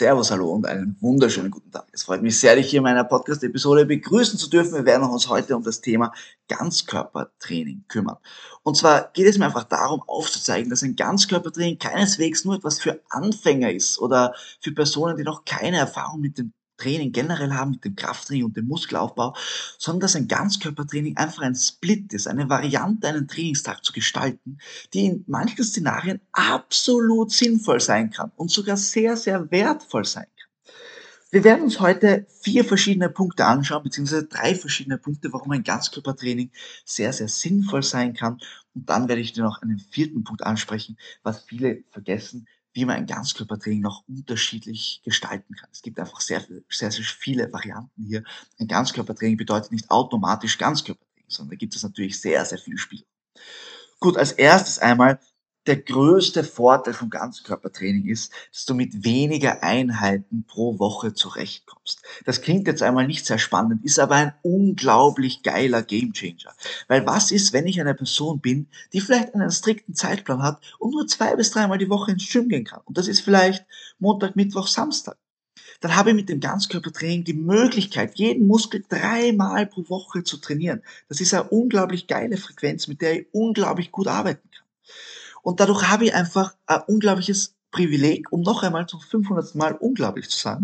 Servus, hallo und einen wunderschönen guten Tag. Es freut mich sehr, dich hier in meiner Podcast-Episode begrüßen zu dürfen. Wir werden uns heute um das Thema Ganzkörpertraining kümmern. Und zwar geht es mir einfach darum, aufzuzeigen, dass ein Ganzkörpertraining keineswegs nur etwas für Anfänger ist oder für Personen, die noch keine Erfahrung mit dem Training generell haben, mit dem Krafttraining und dem Muskelaufbau, sondern dass ein Ganzkörpertraining einfach ein Split ist, eine Variante, einen Trainingstag zu gestalten, die in manchen Szenarien absolut sinnvoll sein kann und sogar sehr, sehr wertvoll sein kann. Wir werden uns heute 4 verschiedene Punkte anschauen, beziehungsweise 3 verschiedene Punkte, warum ein Ganzkörpertraining sehr, sehr sinnvoll sein kann. Und dann werde ich dir noch einen 4. Punkt ansprechen, was viele vergessen, wie man ein Ganzkörpertraining noch unterschiedlich gestalten kann. Es gibt einfach sehr, sehr, sehr viele Varianten hier. Ein Ganzkörpertraining bedeutet nicht automatisch Ganzkörpertraining, sondern da gibt es natürlich sehr, sehr viele Spiele. Gut, als erstes einmal, der größte Vorteil vom Ganzkörpertraining ist, dass du mit weniger Einheiten pro Woche zurechtkommst. Das klingt jetzt einmal nicht sehr spannend, ist aber ein unglaublich geiler Gamechanger. Weil was ist, wenn ich eine Person bin, die vielleicht einen strikten Zeitplan hat und nur 2 bis 3 Mal die Woche ins Gym gehen kann? Und das ist vielleicht Montag, Mittwoch, Samstag. Dann habe ich mit dem Ganzkörpertraining die Möglichkeit, jeden Muskel 3 Mal pro Woche zu trainieren. Das ist eine unglaublich geile Frequenz, mit der ich unglaublich gut arbeiten kann. Und dadurch habe ich einfach ein unglaubliches Privileg, um noch einmal zum 500. Mal unglaublich zu sagen,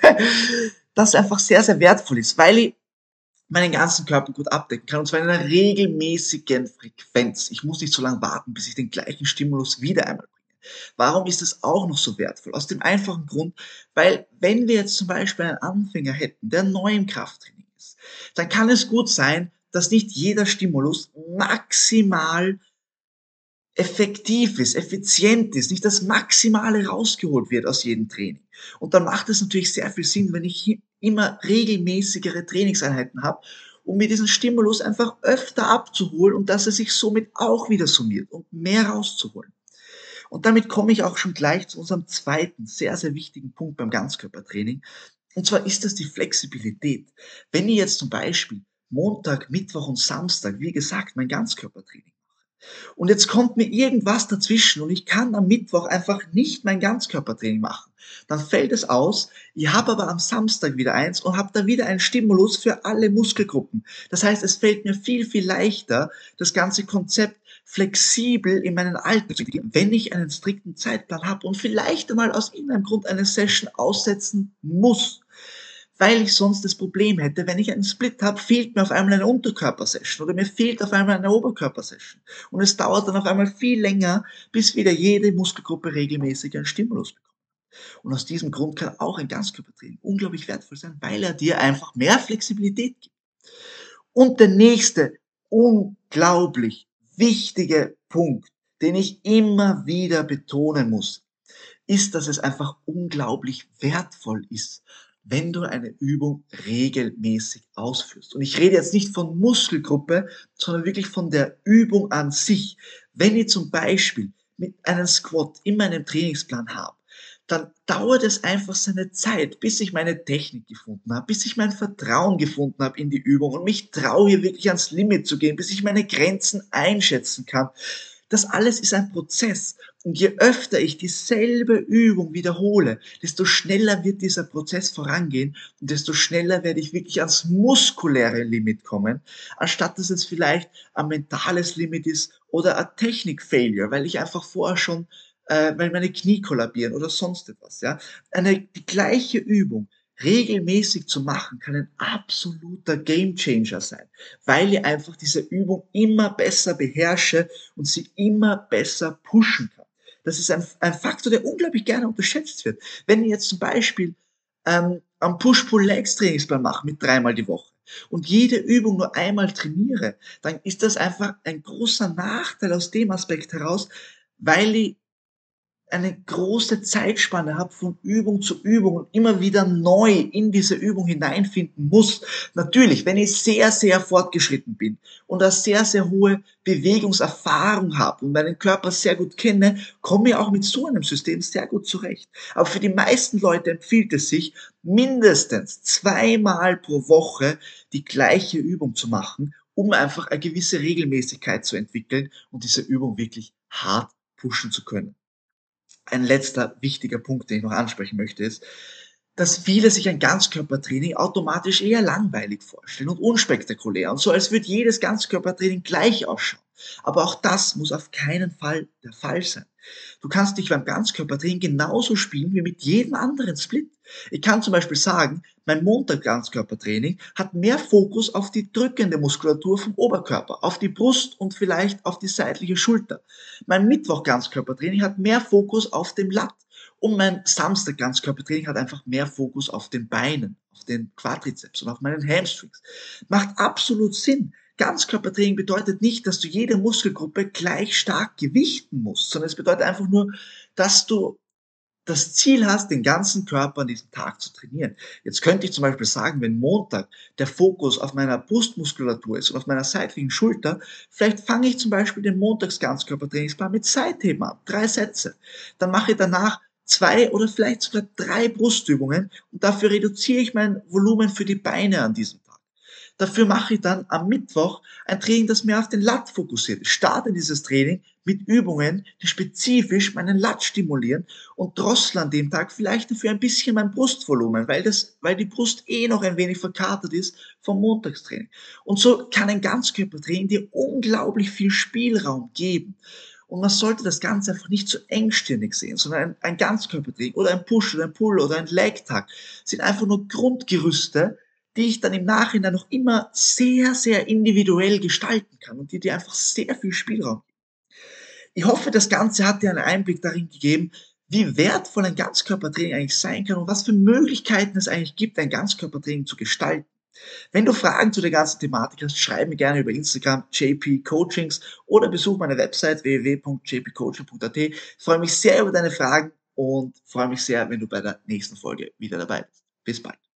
das einfach sehr, sehr wertvoll ist, weil ich meinen ganzen Körper gut abdecken kann, und zwar in einer regelmäßigen Frequenz. Ich muss nicht so lange warten, bis ich den gleichen Stimulus wieder einmal bringe. Warum ist das auch noch so wertvoll? Aus dem einfachen Grund, weil wenn wir jetzt zum Beispiel einen Anfänger hätten, der neu im Krafttraining ist, dann kann es gut sein, dass nicht jeder Stimulus maximal effektiv ist, effizient ist, nicht das Maximale rausgeholt wird aus jedem Training. Und dann macht es natürlich sehr viel Sinn, wenn ich immer regelmäßigere Trainingseinheiten habe, um mir diesen Stimulus einfach öfter abzuholen und dass er sich somit auch wieder summiert und mehr rauszuholen. Und damit komme ich auch schon gleich zu unserem zweiten, sehr, sehr wichtigen Punkt beim Ganzkörpertraining. Und zwar ist das die Flexibilität. Wenn ich jetzt zum Beispiel Montag, Mittwoch und Samstag, wie gesagt, mein Ganzkörpertraining, und jetzt kommt mir irgendwas dazwischen und ich kann am Mittwoch einfach nicht mein Ganzkörpertraining machen. Dann fällt es aus, ich habe aber am Samstag wieder eins und habe da wieder einen Stimulus für alle Muskelgruppen. Das heißt, es fällt mir viel, viel leichter, das ganze Konzept flexibel in meinen Alltag zu integrieren, wenn ich einen strikten Zeitplan habe und vielleicht einmal aus irgendeinem Grund eine Session aussetzen muss, weil ich sonst das Problem hätte, wenn ich einen Split habe, fehlt mir auf einmal eine Unterkörpersession oder mir fehlt auf einmal eine Oberkörpersession. Und es dauert dann auf einmal viel länger, bis wieder jede Muskelgruppe regelmäßig einen Stimulus bekommt. Und aus diesem Grund kann auch ein Ganzkörpertraining unglaublich wertvoll sein, weil er dir einfach mehr Flexibilität gibt. Und der nächste unglaublich wichtige Punkt, den ich immer wieder betonen muss, ist, dass es einfach unglaublich wertvoll ist, wenn du eine Übung regelmäßig ausführst. Und ich rede jetzt nicht von Muskelgruppe, sondern wirklich von der Übung an sich. Wenn ich zum Beispiel mit einem Squat immer einen Trainingsplan habe, dann dauert es einfach seine Zeit, bis ich meine Technik gefunden habe, bis ich mein Vertrauen gefunden habe in die Übung und mich traue, hier wirklich ans Limit zu gehen, bis ich meine Grenzen einschätzen kann. Das alles ist ein Prozess. Und je öfter ich dieselbe Übung wiederhole, desto schneller wird dieser Prozess vorangehen und desto schneller werde ich wirklich ans muskuläre Limit kommen, anstatt dass es vielleicht ein mentales Limit ist oder ein Technik-Failure, weil ich einfach vorher schon, weil meine Knie kollabieren oder sonst etwas. Ja, die gleiche Übung regelmäßig zu machen, kann ein absoluter Gamechanger sein, weil ich einfach diese Übung immer besser beherrsche und sie immer besser pushen kann. Das ist ein Faktor, der unglaublich gerne unterschätzt wird. Wenn ich jetzt zum Beispiel am Push-Pull-Legs-Trainingsplan mache mit 3-mal die Woche und jede Übung nur einmal trainiere, dann ist das einfach ein großer Nachteil aus dem Aspekt heraus, weil ich eine große Zeitspanne habe von Übung zu Übung und immer wieder neu in diese Übung hineinfinden muss. Natürlich, wenn ich sehr, sehr fortgeschritten bin und eine sehr, sehr hohe Bewegungserfahrung habe und meinen Körper sehr gut kenne, komme ich auch mit so einem System sehr gut zurecht. Aber für die meisten Leute empfiehlt es sich, mindestens 2-mal pro Woche die gleiche Übung zu machen, um einfach eine gewisse Regelmäßigkeit zu entwickeln und diese Übung wirklich hart pushen zu können. Ein letzter wichtiger Punkt, den ich noch ansprechen möchte, ist, dass viele sich ein Ganzkörpertraining automatisch eher langweilig vorstellen und unspektakulär und so, als würde jedes Ganzkörpertraining gleich ausschauen. Aber auch das muss auf keinen Fall der Fall sein. Du kannst dich beim Ganzkörpertraining genauso spielen wie mit jedem anderen Split. Ich kann zum Beispiel sagen, mein Montag-Ganzkörpertraining hat mehr Fokus auf die drückende Muskulatur vom Oberkörper, auf die Brust und vielleicht auf die seitliche Schulter. Mein Mittwoch-Ganzkörpertraining hat mehr Fokus auf dem Lat. Und mein Samstag-Ganzkörpertraining hat einfach mehr Fokus auf den Beinen, auf den Quadrizeps und auf meinen Hamstrings. Macht absolut Sinn. Ganzkörpertraining bedeutet nicht, dass du jede Muskelgruppe gleich stark gewichten musst, sondern es bedeutet einfach nur, dass du das Ziel hast, den ganzen Körper an diesem Tag zu trainieren. Jetzt könnte ich zum Beispiel sagen, wenn Montag der Fokus auf meiner Brustmuskulatur ist und auf meiner seitlichen Schulter, vielleicht fange ich zum Beispiel den Montags-Ganzkörpertrainingsplan mit Seitheben an, 3 Sätze. Dann mache ich danach 2 oder vielleicht sogar 3 Brustübungen und dafür reduziere ich mein Volumen für die Beine an diesem Tag. Dafür mache ich dann am Mittwoch ein Training, das mehr auf den Lat fokussiert. Ich starte dieses Training mit Übungen, die spezifisch meinen Lat stimulieren und drossel an dem Tag vielleicht dafür ein bisschen mein Brustvolumen, weil die Brust eh noch ein wenig verkatert ist vom Montagstraining. Und so kann ein Ganzkörpertraining dir unglaublich viel Spielraum geben. Und man sollte das Ganze einfach nicht so engstirnig sehen, sondern ein Ganzkörpertraining oder ein Push oder ein Pull oder ein Leg-Tag sind einfach nur Grundgerüste, die ich dann im Nachhinein noch immer sehr, sehr individuell gestalten kann und die dir einfach sehr viel Spielraum. Ich hoffe, das Ganze hat dir einen Einblick darin gegeben, wie wertvoll ein Ganzkörpertraining eigentlich sein kann und was für Möglichkeiten es eigentlich gibt, ein Ganzkörpertraining zu gestalten. Wenn du Fragen zu der ganzen Thematik hast, schreib mir gerne über Instagram JP Coachings oder besuch meine Website www.jpcoaching.at. Ich freue mich sehr über deine Fragen und freue mich sehr, wenn du bei der nächsten Folge wieder dabei bist. Bis bald.